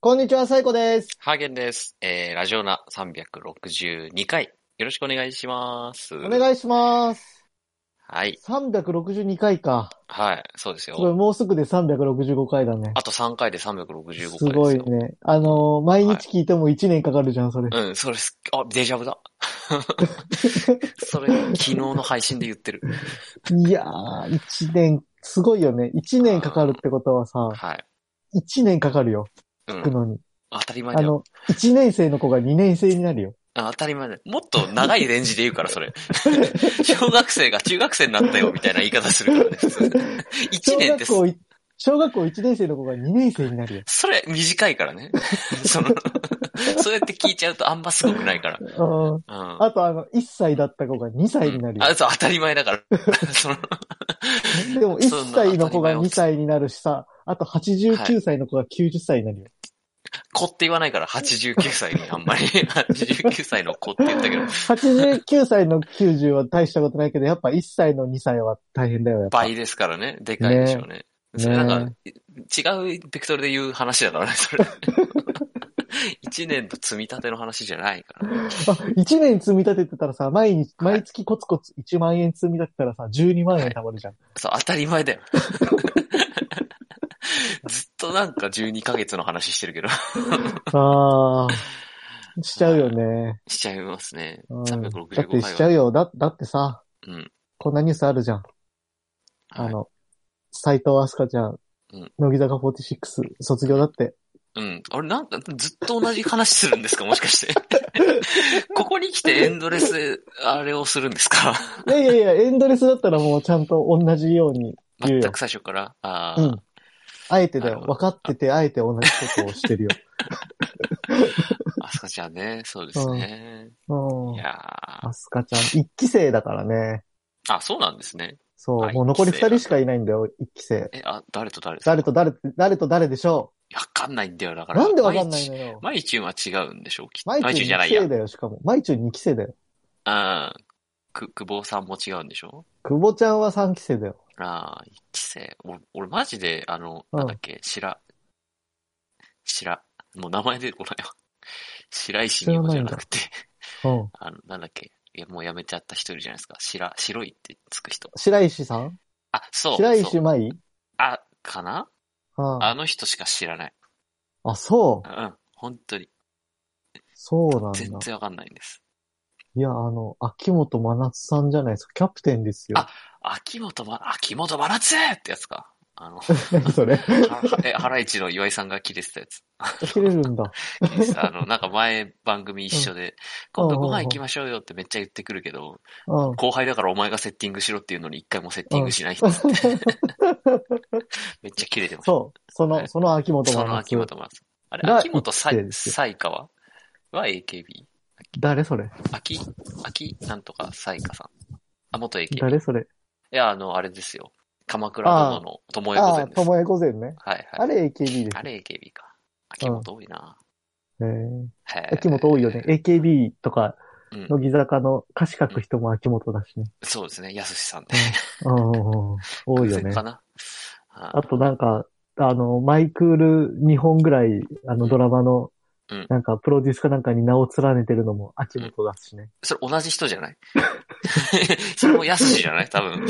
こんにちは、サイコです。 ハーゲンです。ラジオナ362回。よろしくお願いします。 お願いします。 はい。 362回か。 はい。そうですすごい、 よ。 もうすぐで365回だね。 あと3回で365 す回ですよ。 ごいね。毎はい。 日聞いても1年かかるじゃん、それ。 うん、それす、あ、デジャブだ。それ、昨日の配信で言ってる。 いやー、1年、すごいよね。1年かかるってことはさ、 はい。 1年かかるよ。 うん。 聞くのに。 当たり前だよ。 1年生の子が2年生になるよ。 当たり前だよ。もっと長いレンジで言うから、それ。小学生が中学生になったよ、みたいな言い方するからね、普通。1年って小学校1年生の子が2年生になるよ。 それ短いからね。そうやって聞いちゃうとあんますごくないから。うん。 あと1歳だった子が2歳になるよ。 そう、当たり前だから。 でも1歳の子が2歳になるしさ、あと89歳の子が90歳になるよ。 子って言わないから、89歳にあんまり。89歳の子って言ったけど。 89歳の90は大したことないけど、やっぱ1歳の2歳は大変だよ、やっぱ。 倍ですからね。でかいでしょうね。それなんか、違うベクトルで言う話だからね、それ。1年と積み立ての話じゃないからね。 1年積み立ててたらさ、毎月コツコツ1万円積み立てたらさ、12万円貯まるじゃん。 そう、当たり前だよ。ずっとなんか12ヶ月の話してるけど。 ああ、しちゃうよね。 しちゃいますね。365回だってしちゃうよ。だってさ、こんなニュースあるじゃん。斉藤飛鳥ちゃん、乃木坂46卒業だって。 俺なんかずっと同じ話するんですかもしかして。ここに来てエンドレスあれをするんですか？ いや、エンドレスだったらもうちゃんと同じように言うよ。 全く最初から。 あえてだよ。分かってて、あえて同じことをしてるよ。 アスカちゃんね、そうですね。いやアスカちゃん、1期生だからね。 そうなんですね。 そう、もう残り2人しかいないんだよ、1期生。 誰と誰ですか？誰と誰でしょう？わかんないんだよ、だから。 なんでわかんないのよ。 マイチュンは違うんでしょう、きっと。 マイチュン2期生だよ、しかも。マイチュン2期生だよ。 久保さんも違うんでしょ？ 久保ちゃんは3期生だよ。 1期生。俺マジで、なんだっけ、もう名前出てこないわ。白石美穂じゃなくて、なんだっけ、いや、もうやめちゃった人いるじゃないですか。白いってつく人。 白石さん？ そう。 白石舞？ かな？ あの人しか知らない。 そう。 本当に。 そうなんだ。 全然わかんないんです。 いや、秋元真夏さんじゃないですか。キャプテンですよ。 秋元真夏ってやつか。 何それ？ ハライチの岩井さんが切れてたやつ。 切れるんだ。 なんか前番組一緒で、今度ご飯行きましょうよってめっちゃ言ってくるけど、後輩だからお前がセッティングしろっていうのに一回もセッティングしない人って。めっちゃ切れてました。 そう。その秋元真夏。 その秋元真夏。あれ、秋元才川は AKB？ 誰それ？ 秋なんとか才加さん。元 AKB。 誰それ？ いや、あれですよ。鎌倉殿の巴御前です。 巴御前ね。 はいはい。 あれ AKB です。 あれ AKB か。秋元多いな。 秋元多いよね。AKB とか、乃木坂の歌詞書く人も秋元だしね。 そうですね。やすしさんね。 多いよね。 かな。 あとなんか、マイクール2本ぐらい、ドラマの、なんか、プロデュースかなんかに名を連ねてるのも秋元だしね。 それ同じ人じゃない？それもやすしじゃない多分。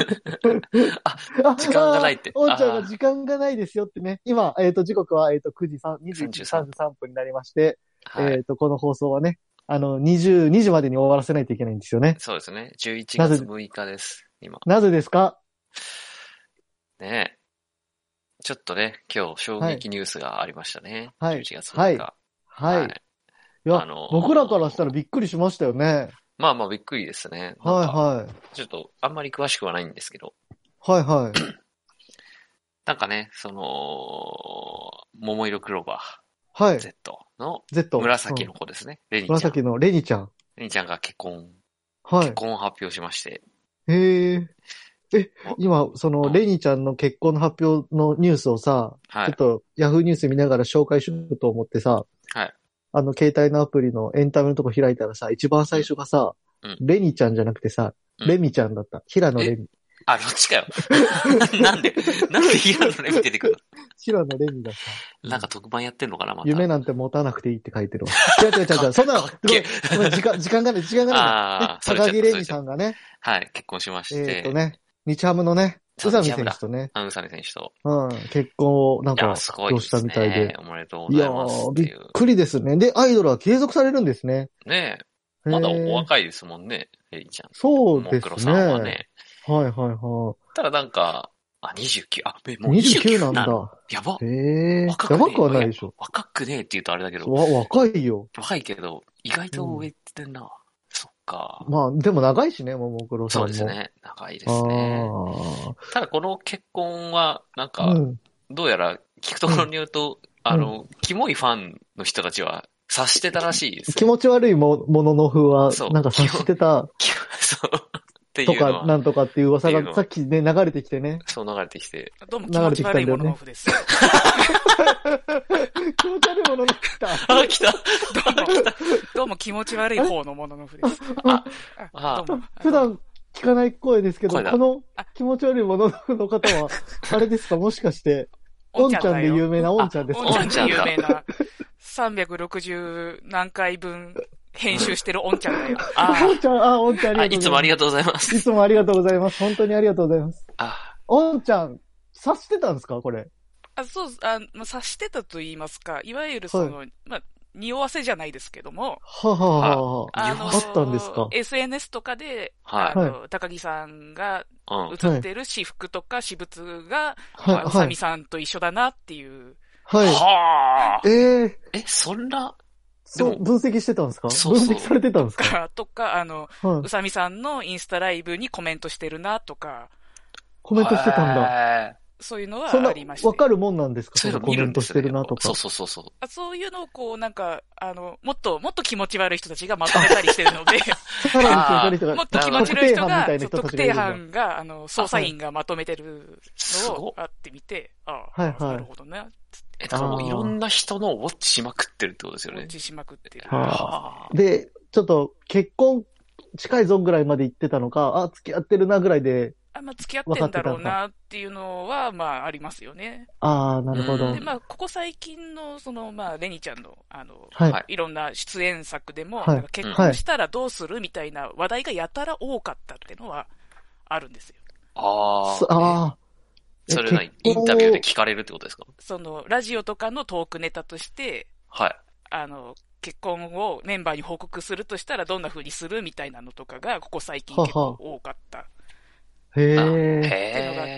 時間がないって。 おーちゃんが時間がないですよってね。今、時刻は、9時21時33分になりまして、この放送はね、22時までに終わらせないといけないんですよね。 そうですね。11月6日です。今。 なぜですか？ ねえ。ちょっとね、今日衝撃ニュースがありましたね。 はい。 11月6日。 はい。いや、僕らからしたらびっくりしましたよね。 まあびっくりですね。ちょっとあんまり詳しくはないんですけど。なんかね、桃色クローバー。Z の紫の子ですね。レニちゃん。 紫のレニちゃん。 レニちゃんが結婚を発表しまして。 今、レニちゃんの結婚の発表のニュースをさ、ちょっとヤフーニュース見ながら紹介しようと思ってさ、携帯のアプリのエンタメのとこ開いたらさ、一番最初がさ、レニちゃんじゃなくてさ、レミちゃんだった。平野レミ。 あ、どっちかよ。なんで平野レミ出てくるの？ 平野レミがさ。 なんか特番やってんのかな、また。 夢なんて持たなくていいって書いてるわ。違う。そんな、ごめん時間がない。高木レミさんがね。 はい、結婚しまして。 日ハムのね、宇佐美選手とね。 宇佐美選手と。 結婚をなんか、発表したみたいで。 おめでとうございます。 びっくりですね。で、アイドルは継続されるんですね。 ねえ。まだお若いですもんね、レリちゃん。 そうですね。 もくろさんはね。 はい。 ただなんか、29、もう 29なんだ。 やば。 やばくはないでしょ。 若くねえって言うとあれだけど。 若いよ。 若いけど、意外と上ってんな。そっか。 まあ、でも長いしね、ももクロさんも。 そうですね。長いですね。ただこの結婚は、なんか、どうやら聞くところによると、キモいファンの人たちは察してたらしいです。 気持ち悪いものの風は、なんか察してた。 そう。 とか、なんとかっていう噂がさっきね、流れてきてね。 そう流れてきて。 どうも気持ち悪いものの風です。 気持ち悪いものの風来た。 あ、来た。 どうも気持ち悪い方のものの風です。 普段聞かない声ですけど、この気持ち悪いものの風の方は、あれですか、もしかして、おんちゃんで有名なおんちゃんですか？ おんちゃんで有名な、360何回分、編集してるおんちゃんだよ。 おんちゃん、おんちゃんいつもありがとうございます。 いつもありがとうございます。本当にありがとうございます。おんちゃん、察してたんですかこれ。 そう、察してたと言いますか、いわゆる匂わせじゃないですけども。 あったんですか。 SNS とかで、高木さんが映ってる私服とか私物が、宇佐美さんと一緒だなっていう。 そんな、 分析してたんですか？分析されてたんですか？ とか、宇佐美さんのインスタライブにコメントしてるなとか。 コメントしてたんだ。 そういうのはありました。 わかるもんなんですか？そのコメントしてるなとか。 そう。 そういうのをこう、なんか、もっと気持ち悪い人たちがまとめたりしてるので、もっと気持ち悪い人が、特定班が、捜査員がまとめてるのをあってみて、なるほどね。 だからもういろんな人のウォッチしまくってるってことですよね。 ウォッチしまくってる。 で、ちょっと結婚近いぞぐらいまで行ってたのか、付き合ってるなぐらいで、 付き合ってんだろうなっていうのは、ありますよね。 なるほど。 で、ここ最近の、レニちゃんの、いろんな出演作でも、結婚したらどうするみたいな話題がやたら多かったっていうのは、あるんですよ。 それはインタビューで聞かれるってことですか？ ラジオとかのトークネタとして、結婚をメンバーに報告するとしたらどんな風にするみたいなのとかが、ここ最近結構多かった。っていうのがあって、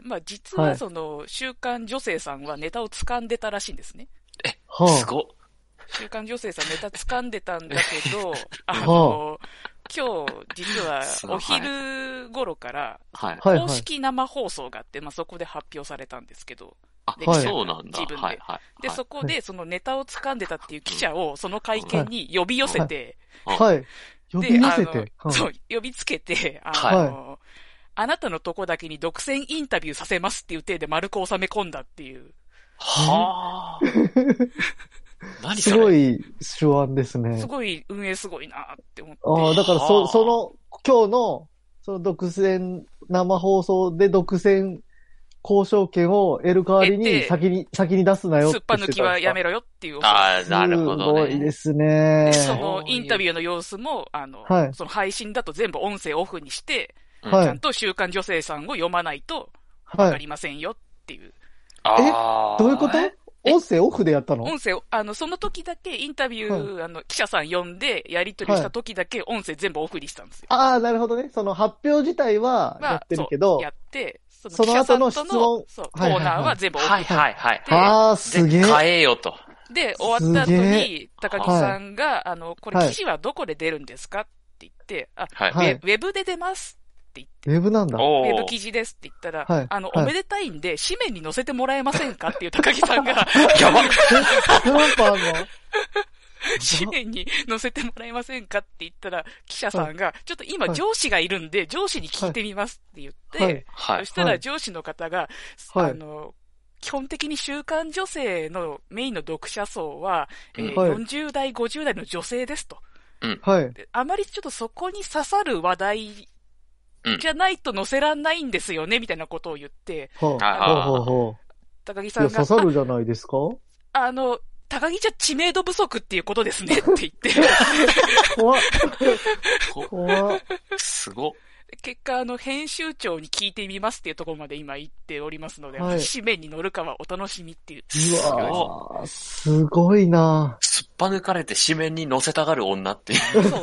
実は週刊女性さんはネタを掴んでたらしいんですね。 すごっ。 週刊女性さんネタ掴んでたんだけど、今日、実はお昼頃から、公式生放送があって、そこで発表されたんですけど、 そうなんだ。 自分で。で、そこでそのネタを掴んでたっていう記者をその会見に呼び寄せて、 呼び寄せて、 そう、呼びつけて、あなたのとこだけに独占インタビューさせますっていう体で丸く収め込んだっていう。 何すごい手腕ですね。 すごい、運営すごいなって思って。 だからその、今日の、その独占、生放送で独占交渉権を得る代わりに先に出すなよって。 すっぱ抜きはやめろよっていう。 なるほどね。 すごいですね。 そのインタビューの様子も、その配信だと全部音声オフにして、ちゃんと週刊女性さんを読まないと、わかりませんよっていう。 どういうこと？音声オフでやったの？ 音声、その時だけインタビュー、記者さん呼んでやり取りした時だけ音声全部オフにしたんですよ。 なるほどね。その発表自体はやってるけど、 やって、 その後の質問、 コーナーは全部オフにして。 すげえ。 変えよと。 で、終わった後に、高木さんが、これ記事はどこで出るんですかって言って、ウェブで出ますって言って。 ウェブなんだ。 ウェブ記事ですって言ったら、おめでたいんで、紙面に載せてもらえませんかっていう高木さんが、 やばっトランプあんの？ 紙面に載せてもらえませんかって言ったら、記者さんが、ちょっと今上司がいるんで、上司に聞いてみますって言って、そしたら上司の方が、基本的に週刊女性のメインの読者層は、40代、50代の女性ですと。あまりちょっとそこに刺さる話題じゃないと載せらんないんですよね、みたいなことを言って、 高木さんが。 刺さるじゃないですか？ 高木じゃ知名度不足っていうことですねって言って。 怖っ。怖っ。 すごっ。 結果、編集長に聞いてみますっていうところまで今言っておりますので、紙面に載るかはお楽しみっていう。 うわぁ、すごいなぁ。 すっぱ抜かれて紙面に載せたがる女っていう。そう。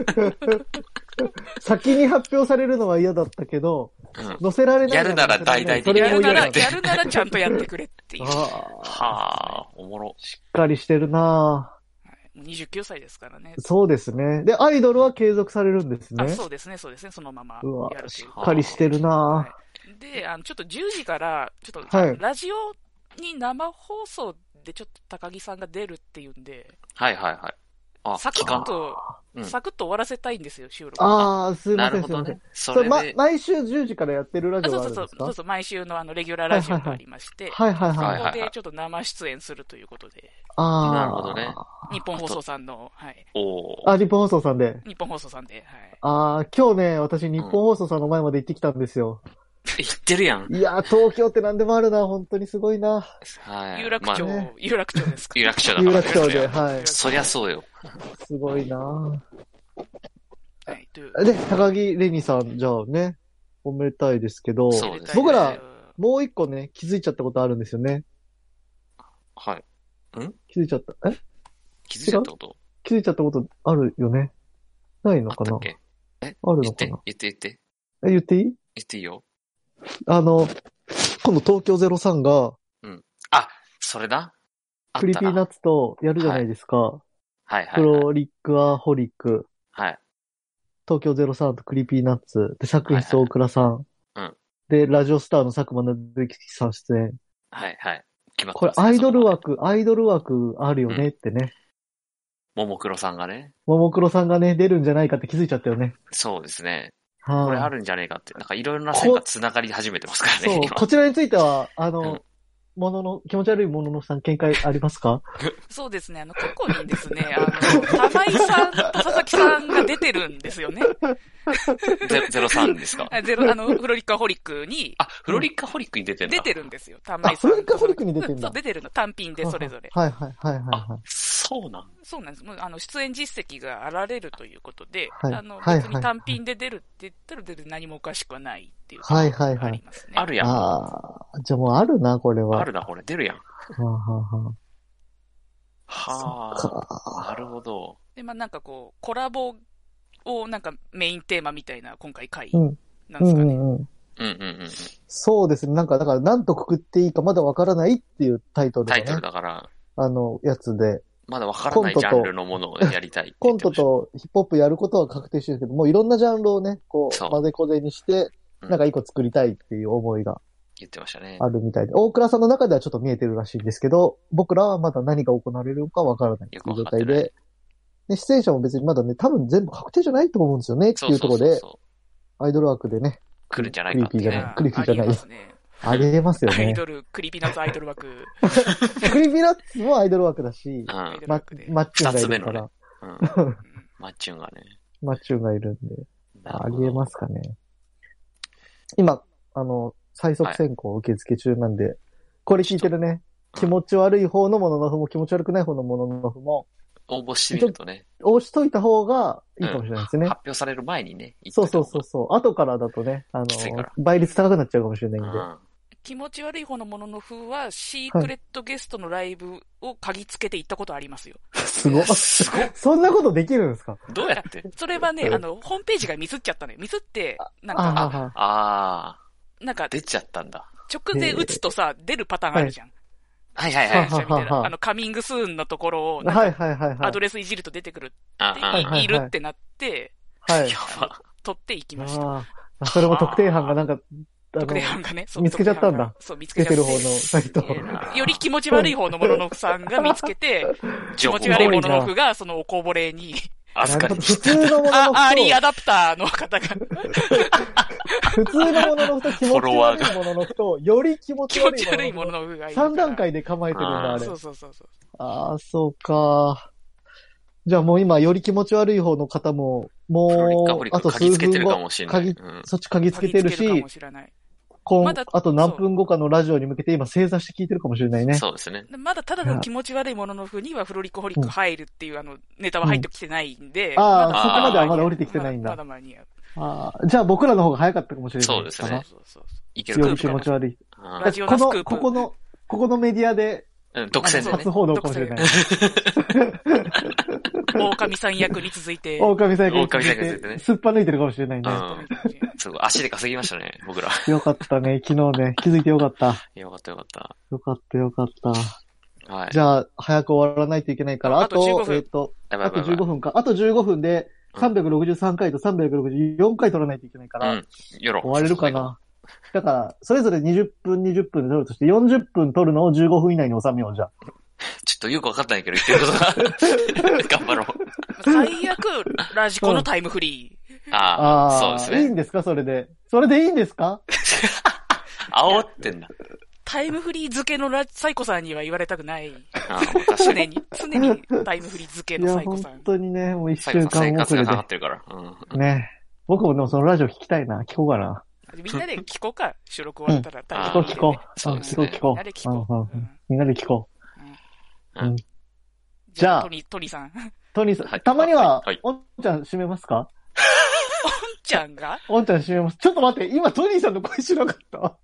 先に発表されるのは嫌だったけど、載せられない。 やるなら大々的にやるならちゃんとやってくれっていう。 はぁ、おもろ。 しっかりしてるなぁ。 29歳ですからね。 そうですね。で、アイドルは継続されるんですね。 そうですね。そのままやるという。 しっかりしてるなぁ。 で、ちょっと10時から、ちょっと、ラジオに生放送でちょっと高木さんが出るっていうんで。 はい。 サクッと終わらせたいんですよ、収録。 すいません。なるほどね。毎週10時からやってるラジオがあるんですか？ そう、毎週のレギュラーラジオがありまして。そこでちょっと生出演するということで。 なるほどね。 日本放送さんの、 日本放送さんで。 日本放送さんで、 今日ね、私日本放送さんの前まで行ってきたんですよ。 行ってるやん。 いや、東京って何でもあるな、本当にすごいな。 有楽町ですか？ 有楽町だから。 有楽町で、 そりゃそうよ。 すごいな。で、高木レニさん、じゃあね、おめでたいですけど、僕ら、もう一個ね、気づいちゃったことあるんですよね。 はい。 気づいちゃった。 気づいちゃったこと？ 気づいちゃったことあるよね。ないのかな？あるのかな？ 言って。 言っていい？ 言っていいよ。 今度東京03が、 それだ。 クリピーナッツとやるじゃないですか。プロリックアホリック。東京03とクリピーナッツ。で、作品大倉さん。で、ラジオスターの佐久間信之さん出演。 決まってますね。 これアイドル枠あるよねってね。 ももクロさんがね、 出るんじゃないかって気づいちゃったよね。 そうですね。これあるんじゃねえかって、なんかいろいろな線が繋がり始めてますからね。 こちらについては、気持ち悪いもののさん見解ありますか？ そうですね、過去にですね、玉井さんと佐々木さんが出てるんですよね。 03ですか？ フロリッカホリックに。 フロリッカホリックに出てるんだ。 出てるんですよ、玉井さん。 フロリッカホリックに出てるんだ。 そう、出てるの、単品でそれぞれ。 そうなんです。出演実績があられるということで、別に単品で出るって言ったら何もおかしくはないっていう。ありますね。 あるやん。 じゃあもうあるな、これは。 あるな、これ。出るやん。なるほど。 で、なんかコラボをなんかメインテーマみたいな今回回なんですかね。 そうですね。なんか、だから何とくくっていいかまだわからないっていうタイトルタイトルだから。 やつで。 まだわからないジャンルのものをやりたい。 コントとヒップホップやることは確定してるけど、もういろんなジャンルをね、混ぜこぜにして、なんか一個作りたいっていう思いが。 言ってましたね。 あるみたいで。大倉さんの中ではちょっと見えてるらしいんですけど、僕らはまだ何が行われるのかわからないっていう状態で、出演者も別にまだね、多分全部確定じゃないと思うんですよねっていうところで、アイドル枠でね、 来るんじゃないかって、ね。 クリピーじゃない。ありえますよね。 クリピーナッツアイドル枠。 クリピーナッツもアイドル枠だし、マッチュンがいるから。 マッチュンがね。 マッチュンがいるんで。ありえますかね。今、最速選考受付中なんで、これ聞いてるね、気持ち悪い方のもののふも気持ち悪くない方のもののふも、 応募してみるとね。 押しといた方がいいかもしれないですね。 発表される前にね。 そう。後からだとね、倍率高くなっちゃうかもしれないんで。 気持ち悪い方のもののふは、シークレットゲストのライブを鍵つけて行ったことありますよ。 すごい。そんなことできるんですか？ どうやって？ それはね、ホームページがミスっちゃったのよ。ミスって、なんか、なんか、 出ちゃったんだ。 直前打つとさ、出るパターンあるじゃん。カミングスーンのところを、アドレスいじると出てくるっているってなって、取っていきました。 それも特定班がなんか、 特定班がね、 見つけちゃったんだ。 そう、見つけちゃった。 出てる方のサイト。 より気持ち悪い方のモノノフさんが見つけて、気持ち悪いモノノフがそのおこぼれに、 普通のモノノフと、 アーリーアダプターの方が。 普通のモノノフと気持ち悪いモノノフと、より気持ち悪いモノノフがいる。 3段階で構えてるんだ、あれ。 そう。 そうか。じゃあもう今、より気持ち悪い方の方も、 もう、あと数分後、そっち鍵つけてるし、あと何分後かのラジオに向けて今正座して聞いてるかもしれないね。 そうですね。 まだただの気持ち悪いものの風にはフロリコホリック入るっていうネタは入ってきてないんで。 そこまではまだ降りてきてないんだ。 まだ間に合う。じゃあ僕らの方が早かったかもしれない。 そうですね。 いける気持ち悪い。 ラジオのスクープ。 ここのメディアで、 独占で、 初報道かもしれない。 狼さん役に続いて。 狼さん役に続いてね。すっぱ抜いてるかもしれないね。 すごい、足で稼ぎましたね、僕ら。 よかったね、昨日ね。気づいてよかった。 よかった。 よかった。じゃあ、早く終わらないといけないから、あと15分か。あと15分で、363回と364回取らないといけないから、終われるかな。だから、それぞれ20分で取るとして、40分取るのを15分以内に収めよう、じゃあ。 ちょっとよくわかんないけど言ってることが。頑張ろう。 最悪、ラジコのタイムフリー。そうですね。 いいんですか、それで。それでいいんですか？ 煽ってんだ。 タイムフリー付けのサイコさんには言われたくない。常にタイムフリー付けのサイコさん。 本当にね、もう1週間生活がかかってるから。 ね。僕もでもそのラジオ聞きたいな。聞こうかな。 みんなで聞こうか。収録終わったら。 聞こう。聞こう。 みんなで聞こう。 みんなで聞こう。じゃあ、 トニーさん。 たまには、おんちゃん閉めますか？ おんちゃんが閉めます。ちょっと待って、今トニーさんの声しなかった？ はい。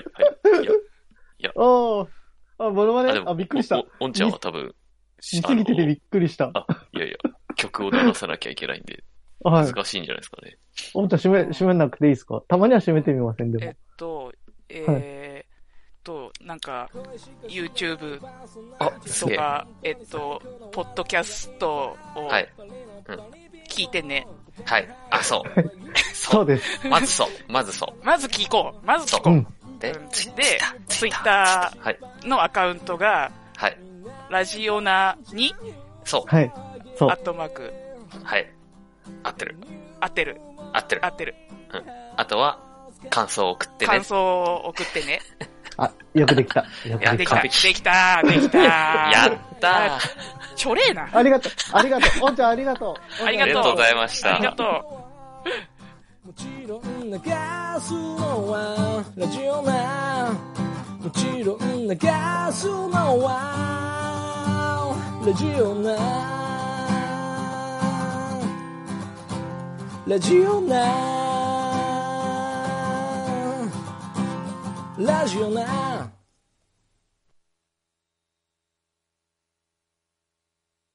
いや。 モノマネ？びっくりした。 おんちゃんは多分、 見すぎててびっくりした。 いや、曲を流さなきゃいけないんで、難しいんじゃないですかね。 おんちゃん閉めなくていいですか？たまには閉めてみませんでも。 なんか、YouTube とか、ポッドキャストを聞いてね。 はい。そう。 そうです。 まずそう。 まず聞こう。で、Twitter のアカウントが、ラジオナに、 そう。 はい。そう。 アットマーク。 はい。合ってる。 合ってる。 あとは、感想を送ってね。 よくできた。 できた。 やったー。 ちょれえな。 ありがとう。おんちゃんありがとう。 ありがとうございました。 ありがとう。 もちろん流すのはラジオな。もちろん流すのはラジオな。ラジオな。ラジオな。